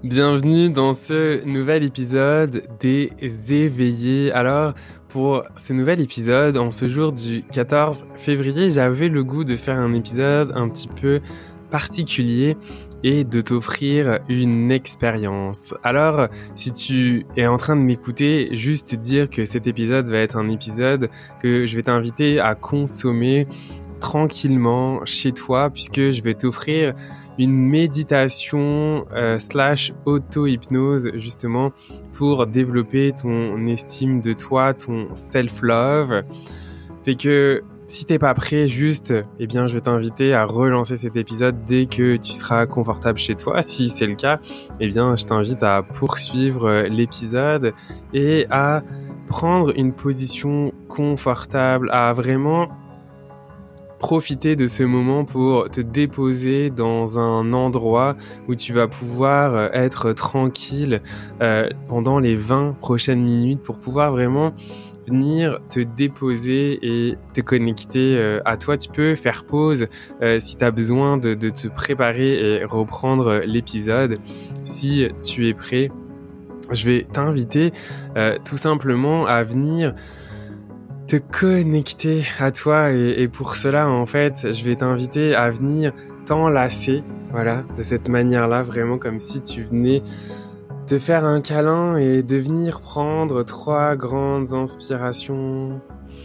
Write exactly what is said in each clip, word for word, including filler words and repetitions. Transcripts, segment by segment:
Bienvenue dans ce nouvel épisode des éveillés. Alors, pour ce nouvel épisode, en ce jour du quatorze février, j'avais le goût de faire un épisode un petit peu particulier et de t'offrir une expérience. Alors, si tu es en train de m'écouter, juste dire que cet épisode va être un épisode que je vais t'inviter à consommer tranquillement chez toi, puisque je vais t'offrir une méditation euh, slash auto-hypnose justement pour développer ton estime de toi, ton self-love. Fait que si t'es pas prêt, juste, eh bien, je vais t'inviter à relancer cet épisode dès que tu seras confortable chez toi. Si c'est le cas, eh bien, je t'invite à poursuivre l'épisode et à prendre une position confortable, à vraiment profiter de ce moment pour te déposer dans un endroit où tu vas pouvoir être tranquille euh, pendant les vingt prochaines minutes pour pouvoir vraiment venir te déposer et te connecter euh, à toi. Tu peux faire pause euh, si tu as besoin de, de te préparer et reprendre l'épisode. Si tu es prêt, je vais t'inviter euh, tout simplement à venir te connecter à toi et, et pour cela en fait je vais t'inviter à venir t'enlacer, voilà, de cette manière-là, vraiment comme si tu venais te faire un câlin et de venir prendre trois grandes inspirations,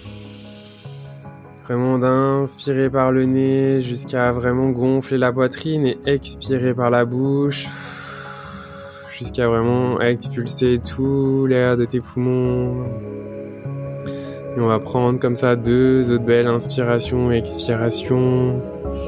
vraiment d'inspirer par le nez jusqu'à vraiment gonfler la poitrine et expirer par la bouche jusqu'à vraiment expulser tout l'air de tes poumons. Et on va prendre comme ça deux autres belles inspirations et expirations.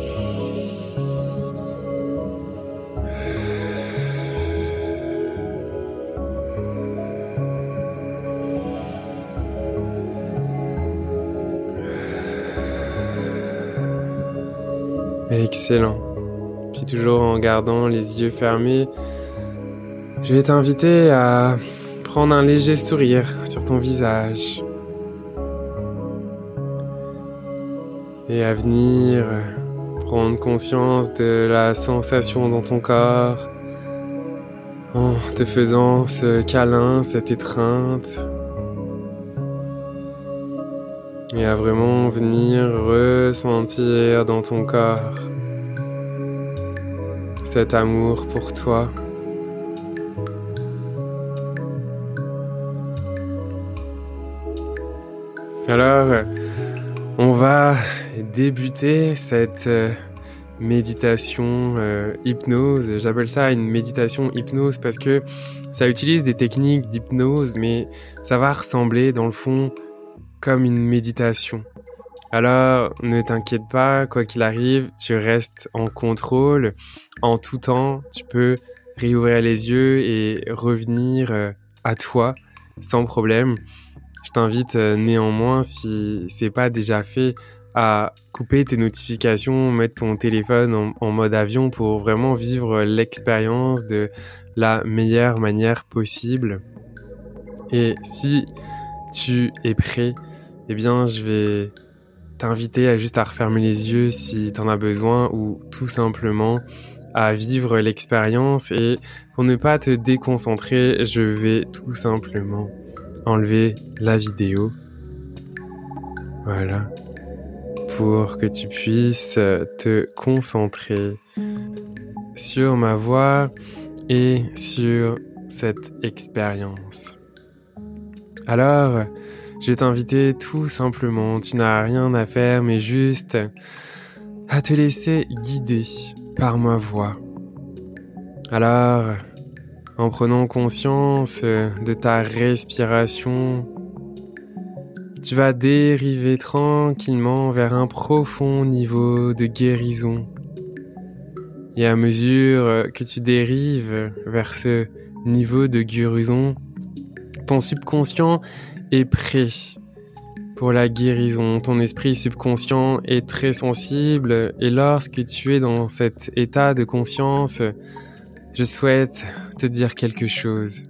Excellent. Puis toujours en gardant les yeux fermés, je vais t'inviter à prendre un léger sourire sur ton visage. Et à venir prendre conscience de la sensation dans ton corps en te faisant ce câlin, cette étreinte. Et à vraiment venir ressentir dans ton corps cet amour pour toi. Alors, on va débuter cette euh, méditation euh, hypnose. J'appelle ça une méditation hypnose parce que ça utilise des techniques d'hypnose, mais ça va ressembler dans le fond comme une méditation. Alors, ne t'inquiète pas, quoi qu'il arrive, tu restes en contrôle. En tout temps, tu peux réouvrir les yeux et revenir euh, à toi sans problème. Je t'invite euh, néanmoins, si c'est pas déjà fait, à couper tes notifications, mettre ton téléphone en, en mode avion pour vraiment vivre l'expérience de la meilleure manière possible. Et si tu es prêt, eh bien, je vais t'inviter à juste à refermer les yeux si t'en as besoin ou tout simplement à vivre l'expérience. Et pour ne pas te déconcentrer, je vais tout simplement enlever la vidéo. Voilà. Pour que tu puisses te concentrer sur ma voix et sur cette expérience. Alors, je vais t'inviter tout simplement, tu n'as rien à faire, mais juste à te laisser guider par ma voix. Alors, en prenant conscience de ta respiration, tu vas dériver tranquillement vers un profond niveau de guérison. Et à mesure que tu dérives vers ce niveau de guérison, ton subconscient est prêt pour la guérison. Ton esprit subconscient est très sensible et lorsque tu es dans cet état de conscience, je souhaite te dire quelque chose.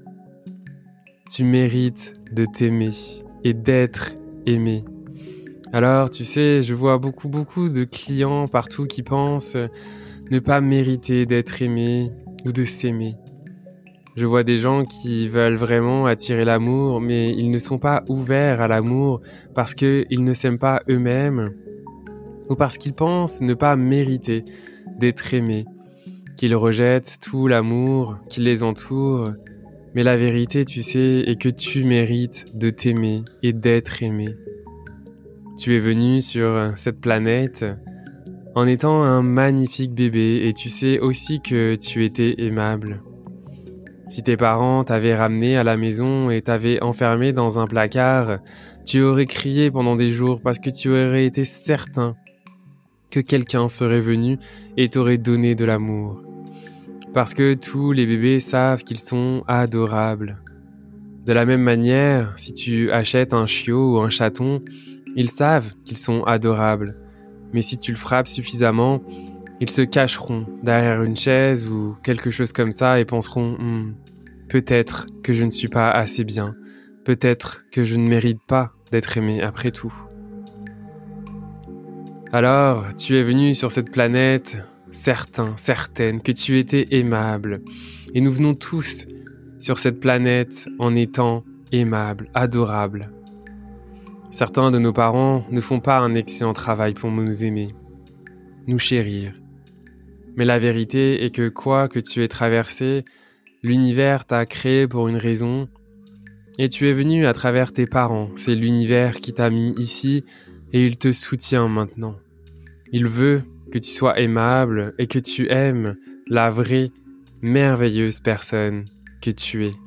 Tu mérites de t'aimer et d'être aimé. Alors, tu sais, je vois beaucoup, beaucoup de clients partout qui pensent ne pas mériter d'être aimés ou de s'aimer. Je vois des gens qui veulent vraiment attirer l'amour, mais ils ne sont pas ouverts à l'amour parce qu'ils ne s'aiment pas eux-mêmes ou parce qu'ils pensent ne pas mériter d'être aimés, qu'ils rejettent tout l'amour qui les entoure. Mais la vérité, tu sais, est que tu mérites de t'aimer et d'être aimé. Tu es venu sur cette planète en étant un magnifique bébé et tu sais aussi que tu étais aimable. Si tes parents t'avaient ramené à la maison et t'avaient enfermé dans un placard, tu aurais crié pendant des jours parce que tu aurais été certain que quelqu'un serait venu et t'aurait donné de l'amour. Parce que tous les bébés savent qu'ils sont adorables. De la même manière, si tu achètes un chiot ou un chaton, ils savent qu'ils sont adorables. Mais si tu le frappes suffisamment, ils se cacheront derrière une chaise ou quelque chose comme ça et penseront hm, « peut-être que je ne suis pas assez bien, peut-être que je ne mérite pas d'être aimé après tout ». Alors, tu es venu sur cette planète, certain, certaine que tu étais aimable. Et nous venons tous sur cette planète en étant aimables, adorables. Certains de nos parents ne font pas un excellent travail pour nous aimer, nous chérir. Mais la vérité est que quoi que tu aies traversé, l'univers t'a créé pour une raison et tu es venu à travers tes parents. C'est l'univers qui t'a mis ici et il te soutient maintenant. Il veut que tu sois aimable et que tu aimes la vraie, merveilleuse personne que tu es.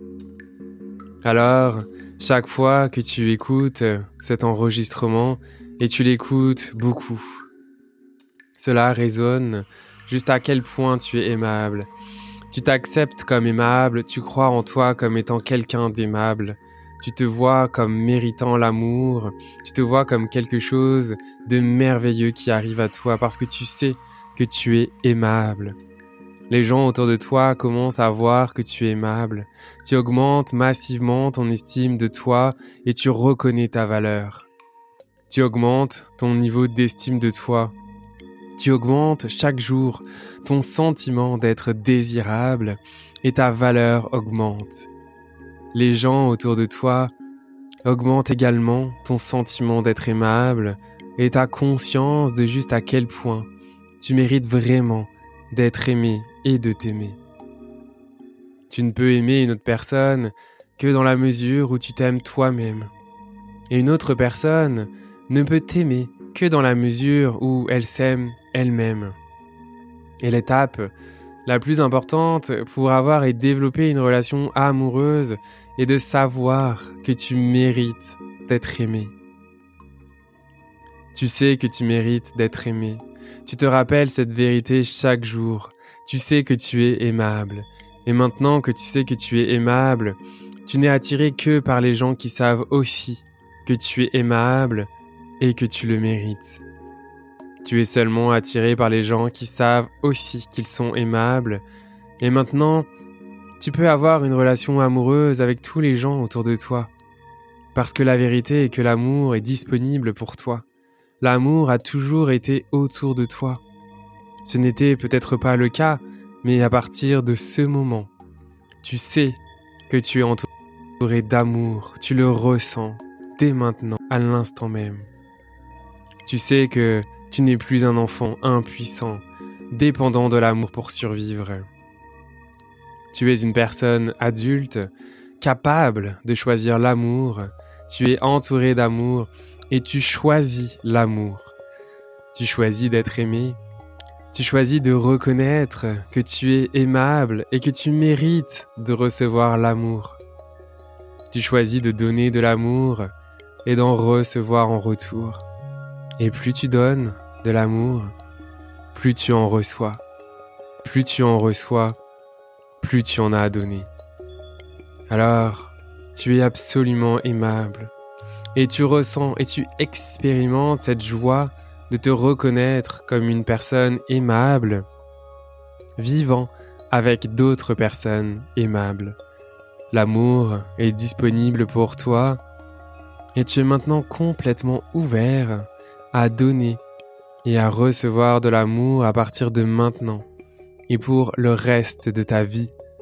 Alors, chaque fois que tu écoutes cet enregistrement, et tu l'écoutes beaucoup, cela résonne juste à quel point tu es aimable. Tu t'acceptes comme aimable, tu crois en toi comme étant quelqu'un d'aimable. Tu te vois comme méritant l'amour, tu te vois comme quelque chose de merveilleux qui arrive à toi parce que tu sais que tu es aimable. Les gens autour de toi commencent à voir que tu es aimable. Tu augmentes massivement ton estime de toi et tu reconnais ta valeur. Tu augmentes ton niveau d'estime de toi. Tu augmentes chaque jour ton sentiment d'être désirable et ta valeur augmente. Les gens autour de toi augmentent également ton sentiment d'être aimable et ta conscience de juste à quel point tu mérites vraiment d'être aimé et de t'aimer. Tu ne peux aimer une autre personne que dans la mesure où tu t'aimes toi-même. Et une autre personne ne peut t'aimer que dans la mesure où elle s'aime elle-même. Et l'étape la plus importante pour avoir et développer une relation amoureuse est de savoir que tu mérites d'être aimé. Tu sais que tu mérites d'être aimé. Tu te rappelles cette vérité chaque jour. Tu sais que tu es aimable. Et maintenant que tu sais que tu es aimable, tu n'es attiré que par les gens qui savent aussi que tu es aimable et que tu le mérites. Tu es seulement attiré par les gens qui savent aussi qu'ils sont aimables. Et maintenant, tu peux avoir une relation amoureuse avec tous les gens autour de toi. Parce que la vérité est que l'amour est disponible pour toi. L'amour a toujours été autour de toi. Ce n'était peut-être pas le cas, mais à partir de ce moment, tu sais que tu es entouré d'amour. Tu le ressens dès maintenant, à l'instant même. Tu sais que tu n'es plus un enfant impuissant, dépendant de l'amour pour survivre. Tu es une personne adulte, capable de choisir l'amour. Tu es entouré d'amour et tu choisis l'amour. Tu choisis d'être aimé. Tu choisis de reconnaître que tu es aimable et que tu mérites de recevoir l'amour. Tu choisis de donner de l'amour et d'en recevoir en retour. Et plus tu donnes de l'amour, plus tu en reçois. Plus tu en reçois, plus tu en as à donner. Alors, tu es absolument aimable. Et tu ressens et tu expérimentes cette joie de te reconnaître comme une personne aimable, vivant avec d'autres personnes aimables. L'amour est disponible pour toi et tu es maintenant complètement ouvert à donner et à recevoir de l'amour à partir de maintenant et pour le reste de ta vie.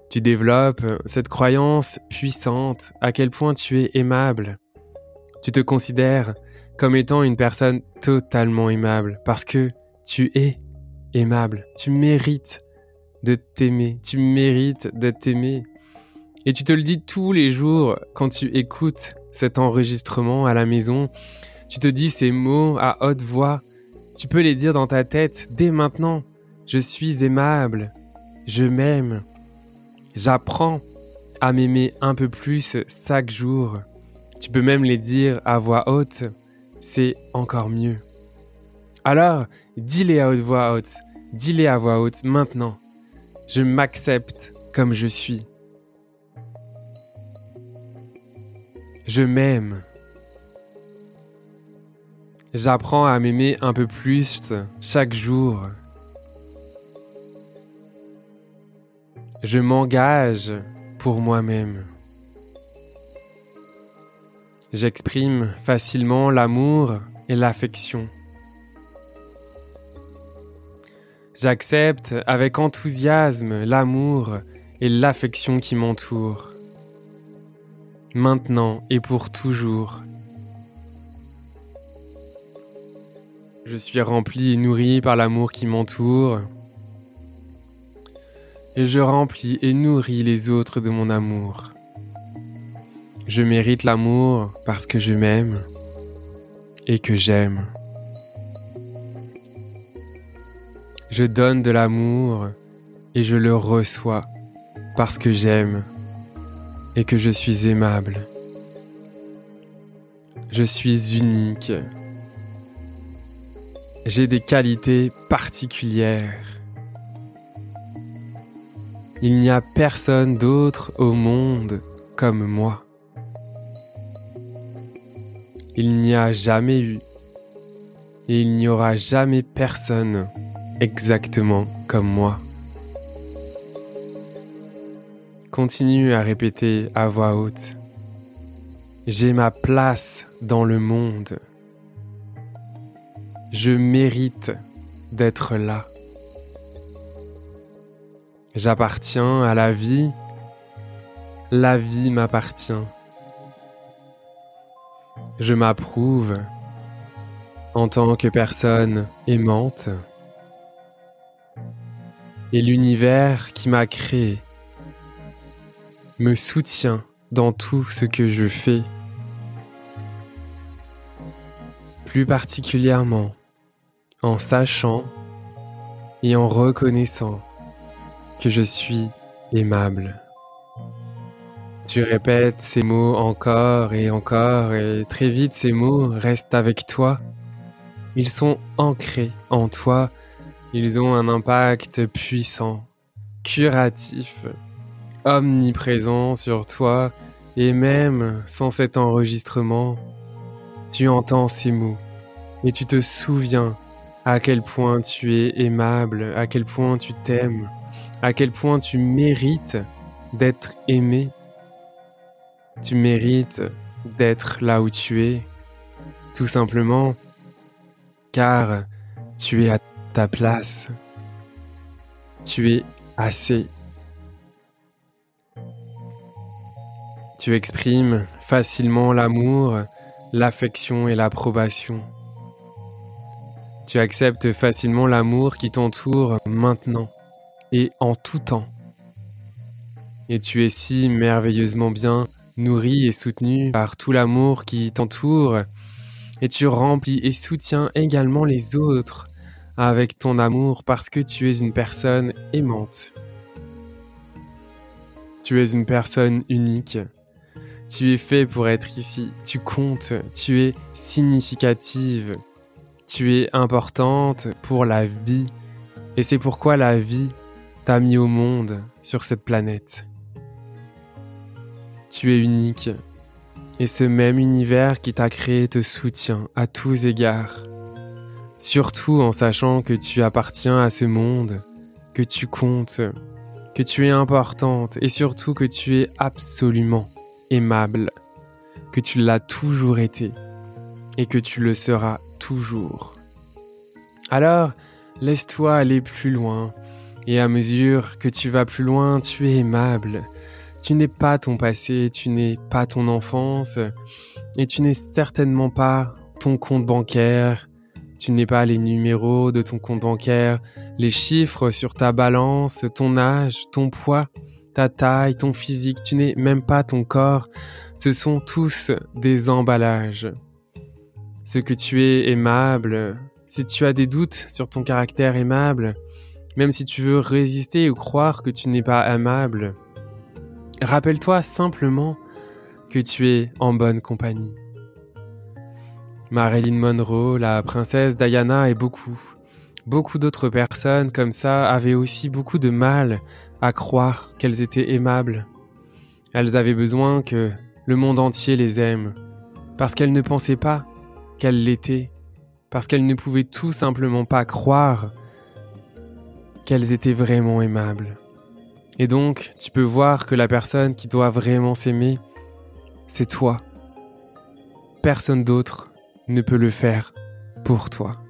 Tu développes cette croyance puissante à quel point tu es aimable. Tu te considères comme étant une personne totalement aimable parce que tu es aimable. Tu mérites de t'aimer. Tu mérites d'être aimé. Et tu te le dis tous les jours quand tu écoutes cet enregistrement à la maison. Tu te dis ces mots à haute voix. Tu peux les dire dans ta tête dès maintenant. Je suis aimable. Je m'aime. J'apprends à m'aimer un peu plus chaque jour. Tu peux même les dire à voix haute. C'est encore mieux. Alors, dis-les à haute voix haute. Dis-les à voix haute maintenant. Je m'accepte comme je suis. Je m'aime. J'apprends à m'aimer un peu plus chaque jour. Je m'engage pour moi-même. J'exprime facilement l'amour et l'affection. J'accepte avec enthousiasme l'amour et l'affection qui m'entourent. Maintenant et pour toujours. Je suis rempli et nourri par l'amour qui m'entoure. Et je remplis et nourris les autres de mon amour. Je mérite l'amour parce que je m'aime et que j'aime. Je donne de l'amour et je le reçois parce que j'aime et que je suis aimable. Je suis unique. J'ai des qualités particulières. Il n'y a personne d'autre au monde comme moi. Il n'y a jamais eu et il n'y aura jamais personne exactement comme moi. Continue à répéter à voix haute. J'ai ma place dans le monde. Je mérite d'être là. J'appartiens à la vie. La vie m'appartient. Je m'approuve en tant que personne aimante. Et l'univers qui m'a créé me soutient dans tout ce que je fais. Plus particulièrement en sachant et en reconnaissant que je suis aimable. Tu répètes ces mots encore et encore et très vite ces mots restent avec toi. Ils sont ancrés en toi. Ils ont un impact puissant, curatif, omniprésent sur toi et même sans cet enregistrement, tu entends ces mots et tu te souviens à quel point tu es aimable, à quel point tu t'aimes, à quel point tu mérites d'être aimé. Tu mérites d'être là où tu es, tout simplement, car tu es à ta place. Tu es assez. Tu exprimes facilement l'amour, l'affection et l'approbation. Tu acceptes facilement l'amour qui t'entoure maintenant et en tout temps. Et tu es si merveilleusement bien nourri et soutenu par tout l'amour qui t'entoure. Et tu remplis et soutiens également les autres avec ton amour parce que tu es une personne aimante. Tu es une personne unique. Tu es fait pour être ici. Tu comptes. Tu es significative. Tu es importante pour la vie. Et c'est pourquoi la vie t'a mis au monde sur cette planète. Tu es unique. Et ce même univers qui t'a créé te soutient à tous égards. Surtout en sachant que tu appartiens à ce monde, que tu comptes, que tu es importante et surtout que tu es absolument aimable, que tu l'as toujours été et que tu le seras toujours. Alors, laisse-toi aller plus loin Et à mesure que tu vas plus loin, tu es aimable. Tu n'es pas ton passé, tu n'es pas ton enfance, et tu n'es certainement pas ton compte bancaire, tu n'es pas les numéros de ton compte bancaire, les chiffres sur ta balance, ton âge, ton poids, ta taille, ton physique, tu n'es même pas ton corps. Ce sont tous des emballages. Ce que tu es aimable, si tu as des doutes sur ton caractère aimable, même si tu veux résister ou croire que tu n'es pas aimable, rappelle-toi simplement que tu es en bonne compagnie. Marilyn Monroe, la princesse Diana et beaucoup, beaucoup d'autres personnes comme ça avaient aussi beaucoup de mal à croire qu'elles étaient aimables. Elles avaient besoin que le monde entier les aime, parce qu'elles ne pensaient pas qu'elles l'étaient, parce qu'elles ne pouvaient tout simplement pas croire qu'elles étaient vraiment aimables. Et donc, tu peux voir que la personne qui doit vraiment s'aimer, c'est toi. Personne d'autre ne peut le faire pour toi.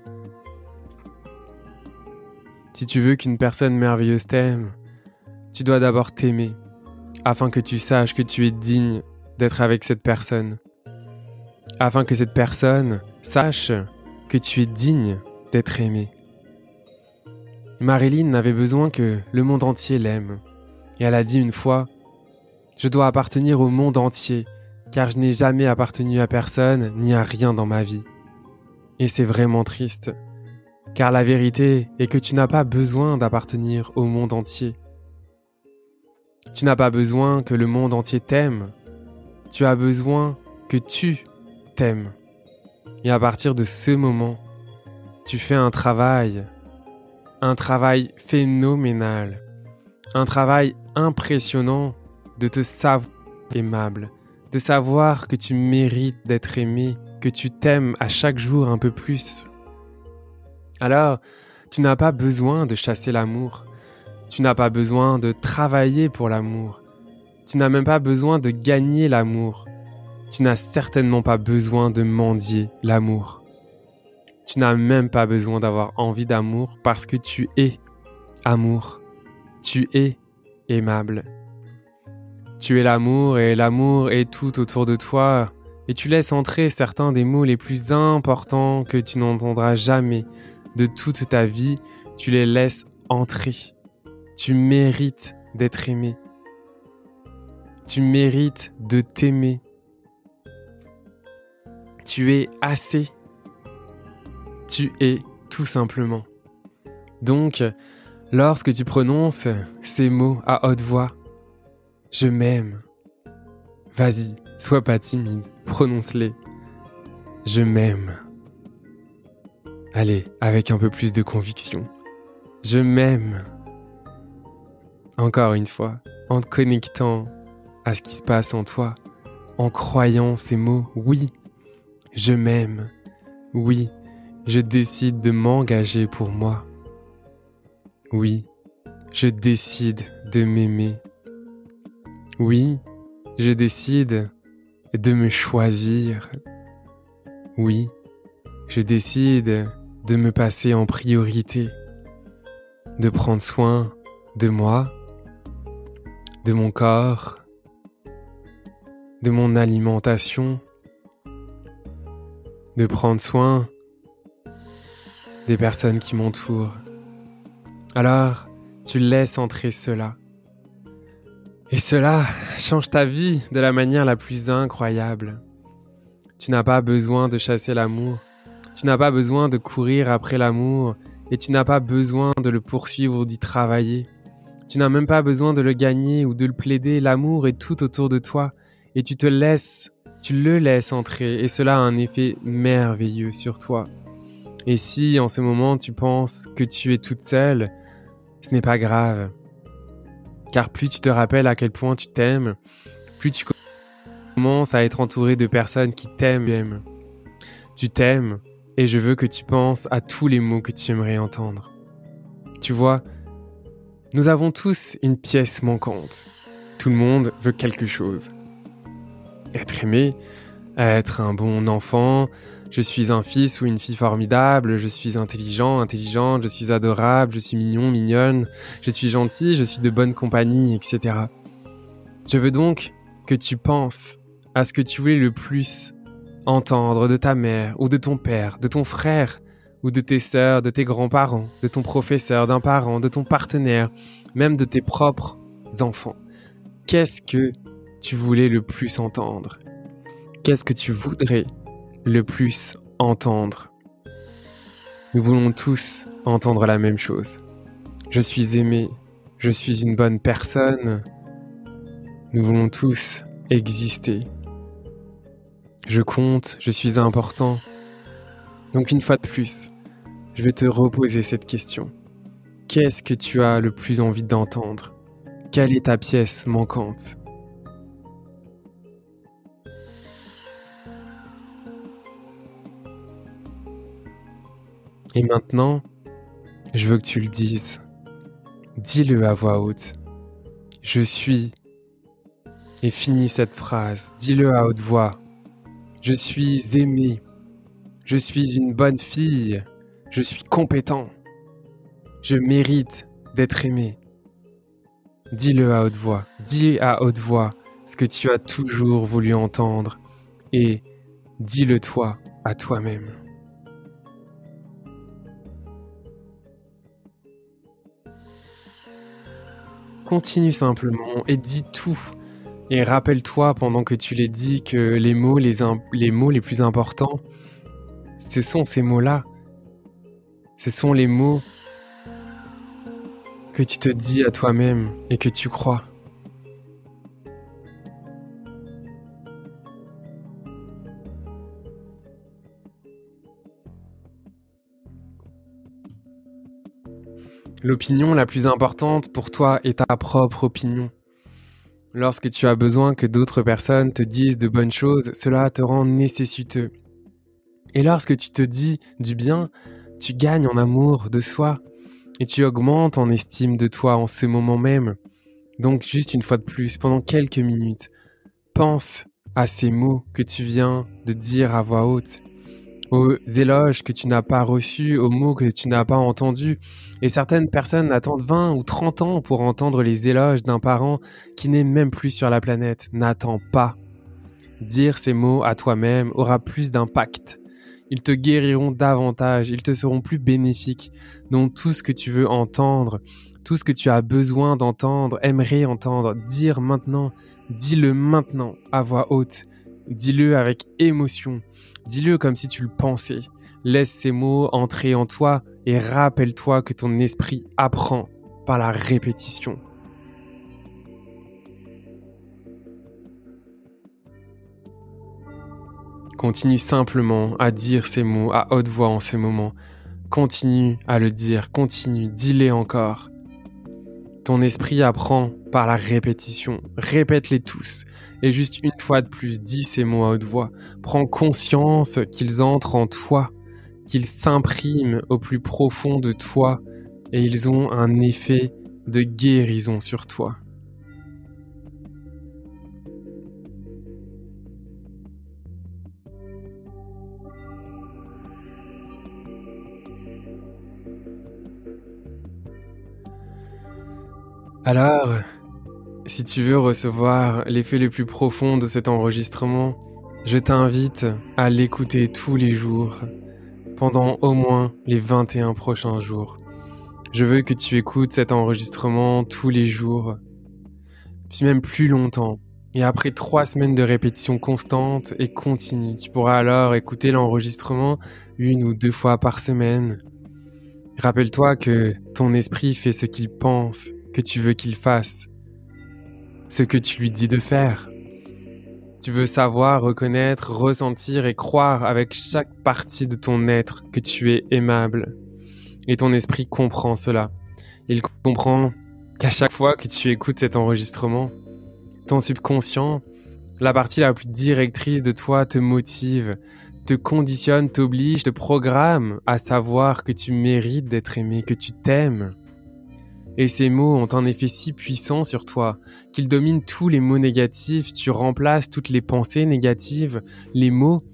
Si tu veux qu'une personne merveilleuse t'aime, tu dois d'abord t'aimer, afin que tu saches que tu es digne d'être avec cette personne. Afin que cette personne sache que tu es digne d'être aimé. Marilyn avait besoin que le monde entier l'aime. Et elle a dit une fois, « Je dois appartenir au monde entier, car je n'ai jamais appartenu à personne ni à rien dans ma vie. » Et c'est vraiment triste, car la vérité est que tu n'as pas besoin d'appartenir au monde entier. Tu n'as pas besoin que le monde entier t'aime, tu as besoin que tu t'aimes. Et à partir de ce moment, tu fais un travail, un travail phénoménal, un travail impressionnant de te savoir aimable, de savoir que tu mérites d'être aimé, que tu t'aimes à chaque jour un peu plus. Alors, tu n'as pas besoin de chasser l'amour, tu n'as pas besoin de travailler pour l'amour, tu n'as même pas besoin de gagner l'amour, tu n'as certainement pas besoin de mendier l'amour. Tu n'as même pas besoin d'avoir envie d'amour parce que tu es amour. Tu es aimable. Tu es l'amour et l'amour est tout autour de toi et tu laisses entrer certains des mots les plus importants que tu n'entendras jamais de toute ta vie. Tu les laisses entrer. Tu mérites d'être aimé. Tu mérites de t'aimer. Tu es assez. Tu es tout simplement. Donc, lorsque tu prononces ces mots à haute voix, « Je m'aime », vas-y, sois pas timide, prononce-les. « Je m'aime ». Allez, avec un peu plus de conviction. « Je m'aime ». Encore une fois, en te connectant à ce qui se passe en toi, en croyant ces mots « Oui, je m'aime ». Oui, je décide de m'engager pour moi. Oui, je décide de m'aimer. Oui, je décide de me choisir. Oui, je décide de me passer en priorité, de prendre soin de moi, de mon corps, de mon alimentation, de prendre soin des personnes qui m'entourent. Alors, tu laisses entrer cela. Et cela change ta vie de la manière la plus incroyable. Tu n'as pas besoin de chasser l'amour. Tu n'as pas besoin de courir après l'amour. Et tu n'as pas besoin de le poursuivre ou d'y travailler. Tu n'as même pas besoin de le gagner ou de le plaider. L'amour est tout autour de toi. Et tu te laisses, tu le laisses entrer. Et cela a un effet merveilleux sur toi. Et si en ce moment tu penses que tu es toute seule, ce n'est pas grave. Car plus tu te rappelles à quel point tu t'aimes, plus tu commences à être entouré de personnes qui t'aiment. Tu t'aimes et je veux que tu penses à tous les mots que tu aimerais entendre. Tu vois, nous avons tous une pièce manquante. Tout le monde veut quelque chose. Être aimé, être un bon enfant, Je suis un fils ou une fille formidable, je suis intelligent, intelligente, je suis adorable, je suis mignon, mignonne, je suis gentil, je suis de bonne compagnie, et cetera. Je veux donc que tu penses à ce que tu voulais le plus entendre de ta mère ou de ton père, de ton frère ou de tes sœurs, de tes grands-parents, de ton professeur, d'un parent, de ton partenaire, même de tes propres enfants. Qu'est-ce que tu voulais le plus entendre ? Qu'est-ce que tu voudrais le plus entendre ? Nous voulons tous entendre la même chose. Je suis aimé, je suis une bonne personne. Nous voulons tous exister. Je compte, je suis important. Donc une fois de plus, je vais te reposer cette question. Qu'est-ce que tu as le plus envie d'entendre ? Quelle est ta pièce manquante ? Et maintenant, je veux que tu le dises. Dis-le à voix haute. Je suis. Et finis cette phrase. Dis-le à haute voix. Je suis aimé. Je suis une bonne fille. Je suis compétent. Je mérite d'être aimé. Dis-le à haute voix. Dis à haute voix ce que tu as toujours voulu entendre. Et dis-le toi à toi-même. Continue simplement et dis tout. Et rappelle-toi pendant que tu les dis que les mots les, im- les mots les plus importants, ce sont ces mots-là. Ce sont les mots que tu te dis à toi-même et que tu crois. L'opinion la plus importante pour toi est ta propre opinion. Lorsque tu as besoin que d'autres personnes te disent de bonnes choses, cela te rend nécessiteux. Et lorsque tu te dis du bien, tu gagnes en amour de soi et tu augmentes en estime de toi en ce moment même. Donc juste une fois de plus, pendant quelques minutes, pense à ces mots que tu viens de dire à voix haute, aux éloges que tu n'as pas reçus, aux mots que tu n'as pas entendus. Et certaines personnes attendent vingt ou trente ans pour entendre les éloges d'un parent qui n'est même plus sur la planète. N'attends pas. Dire ces mots à toi-même aura plus d'impact. Ils te guériront davantage, ils te seront plus bénéfiques. Donc tout ce que tu veux entendre, tout ce que tu as besoin d'entendre, aimerais entendre, dire maintenant, dis-le maintenant à voix haute. Dis-le avec émotion. Dis-le comme si tu le pensais. Laisse ces mots entrer en toi et rappelle-toi que ton esprit apprend par la répétition. Continue simplement à dire ces mots à haute voix en ce moment. Continue à le dire, continue, dis-les encore. Ton esprit apprend par la répétition. Répète-les tous. Et juste une fois de plus, dis ces mots à haute voix. Prends conscience qu'ils entrent en toi, qu'ils s'impriment au plus profond de toi et ils ont un effet de guérison sur toi. Alors, si tu veux recevoir l'effet le plus profond de cet enregistrement, je t'invite à l'écouter tous les jours, pendant au moins les vingt et un prochains jours. Je veux que tu écoutes cet enregistrement tous les jours, puis même plus longtemps. Et après trois semaines de répétition constante et continue, tu pourras alors écouter l'enregistrement une ou deux fois par semaine. Rappelle-toi que ton esprit fait ce qu'il pense que tu veux qu'il fasse, ce que tu lui dis de faire. Tu veux savoir, reconnaître, ressentir et croire avec chaque partie de ton être que tu es aimable. Et ton esprit comprend cela. Il comprend qu'à chaque fois que tu écoutes cet enregistrement, ton subconscient, la partie la plus directrice de toi, te motive, te conditionne, t'oblige, te programme à savoir que tu mérites d'être aimé, que tu t'aimes. Et ces mots ont un effet si puissant sur toi qu'ils dominent tous les mots négatifs, tu remplaces toutes les pensées négatives, les mots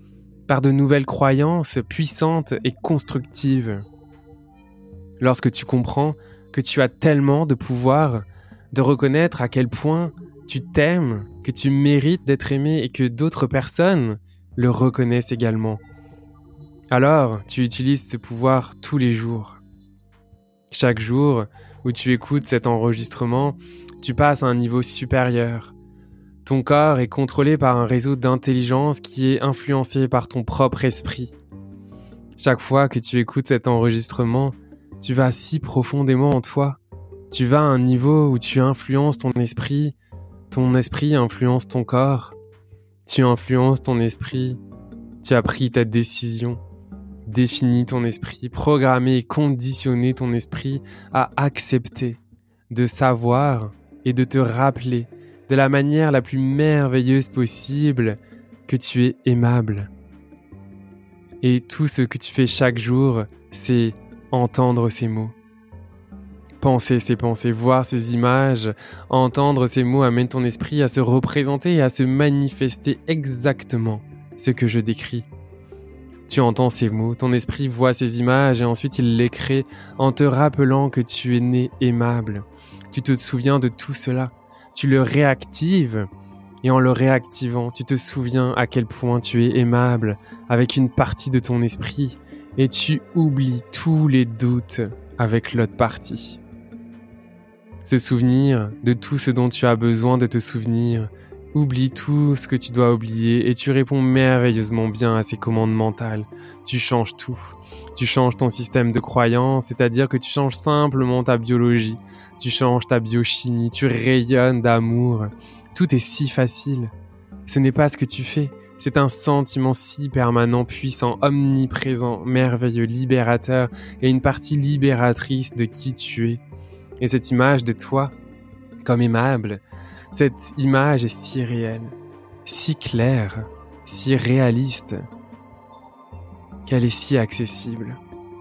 par de nouvelles croyances puissantes et constructives. Lorsque tu comprends que tu as tellement de pouvoir, de reconnaître à quel point tu t'aimes, que tu mérites d'être aimé et que d'autres personnes le reconnaissent également. Alors, tu utilises ce pouvoir tous les jours. Chaque jour où tu écoutes cet enregistrement, tu passes à un niveau supérieur. Ton corps est contrôlé par un réseau d'intelligence qui est influencé par ton propre esprit. Chaque fois que tu écoutes cet enregistrement, tu vas si profondément en toi. Tu vas à un niveau où tu influences ton esprit, ton esprit influence ton corps. Tu influences ton esprit, tu as pris ta décision, défini ton esprit, programmé et conditionné ton esprit à accepter, de savoir et de te rappeler de la manière la plus merveilleuse possible que tu es aimable. Et tout ce que tu fais chaque jour, c'est entendre ces mots. Penser ces pensées, voir ces images, entendre ces mots amène ton esprit à se représenter et à se manifester exactement ce que je décris. Tu entends ces mots, ton esprit voit ces images et ensuite il les crée en te rappelant que tu es né aimable. Tu te souviens de tout cela, tu le réactives et en le réactivant, tu te souviens à quel point tu es aimable avec une partie de ton esprit et tu oublies tous les doutes avec l'autre partie. Se souvenir de tout ce dont tu as besoin de te souvenir, oublie tout ce que tu dois oublier et tu réponds merveilleusement bien à ces commandes mentales. Tu changes tout. Tu changes ton système de croyance, c'est-à-dire que tu changes simplement ta biologie. Tu changes ta biochimie, tu rayonnes d'amour. Tout est si facile. Ce n'est pas ce que tu fais. C'est un sentiment si permanent, puissant, omniprésent, merveilleux, libérateur et une partie libératrice de qui tu es. Et cette image de toi, comme aimable, cette image est si réelle, si claire, si réaliste, qu'elle est si accessible.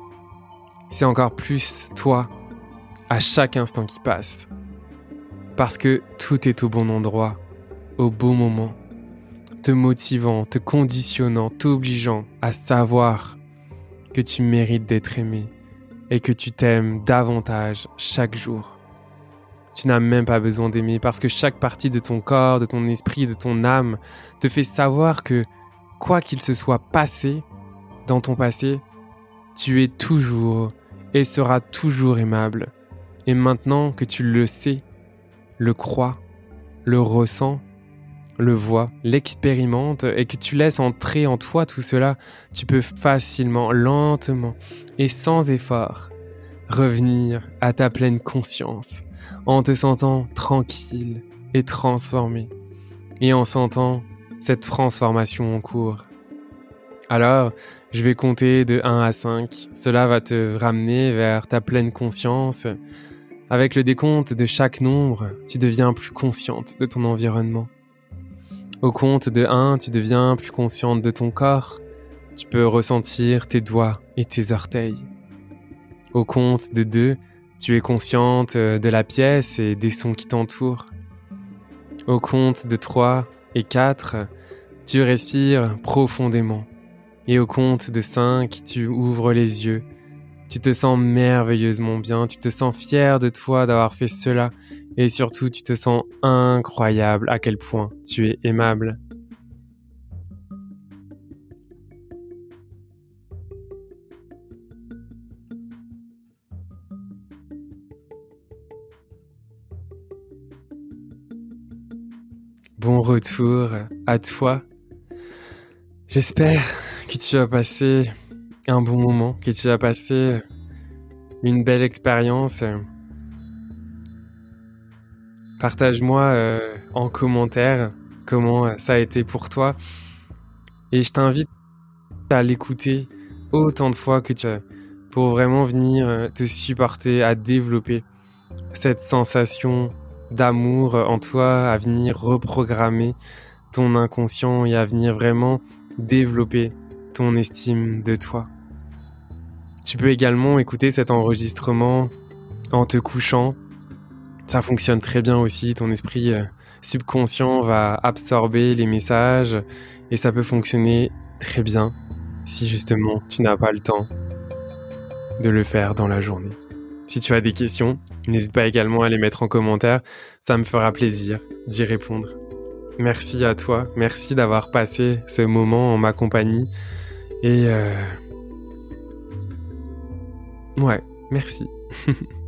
C'est encore plus toi, à chaque instant qui passe. Parce que tout est au bon endroit, au bon moment, te motivant, te conditionnant, t'obligeant à savoir que tu mérites d'être aimé et que tu t'aimes davantage chaque jour. Tu n'as même pas besoin d'aimer parce que chaque partie de ton corps, de ton esprit, de ton âme te fait savoir que quoi qu'il se soit passé dans ton passé, tu es toujours et seras toujours aimable. Et maintenant que tu le sais, le crois, le ressens, le vois, l'expérimente et que tu laisses entrer en toi tout cela, tu peux facilement, lentement et sans effort revenir à ta pleine conscience en te sentant tranquille et transformé et en sentant cette transformation en cours. Alors, je vais compter de un à cinq. Cela va te ramener vers ta pleine conscience. Avec le décompte de chaque nombre, tu deviens plus consciente de ton environnement. Au compte de un, tu deviens plus consciente de ton corps. Tu peux ressentir tes doigts et tes orteils. Au compte de deux, tu es consciente de la pièce et des sons qui t'entourent. Au compte de trois et quatre, tu respires profondément. Et au compte de cinq, tu ouvres les yeux. Tu te sens merveilleusement bien, tu te sens fier de toi d'avoir fait cela. Et surtout, tu te sens incroyable à quel point tu es aimable. Bon retour à toi. J'espère que tu as passé un bon moment, que tu as passé une belle expérience. Partage-moi euh, en commentaire comment euh, ça a été pour toi. Et je t'invite à l'écouter autant de fois que tu veux pour vraiment venir euh, te supporter à développer cette sensation d'amour en toi, à venir reprogrammer ton inconscient et à venir vraiment développer ton estime de toi. Tu peux également écouter cet enregistrement en te couchant. Ça fonctionne très bien aussi, ton esprit euh, subconscient va absorber les messages et ça peut fonctionner très bien si justement tu n'as pas le temps de le faire dans la journée. Si tu as des questions, n'hésite pas également à les mettre en commentaire, ça me fera plaisir d'y répondre. Merci à toi, merci d'avoir passé ce moment en ma compagnie et euh... ouais, merci.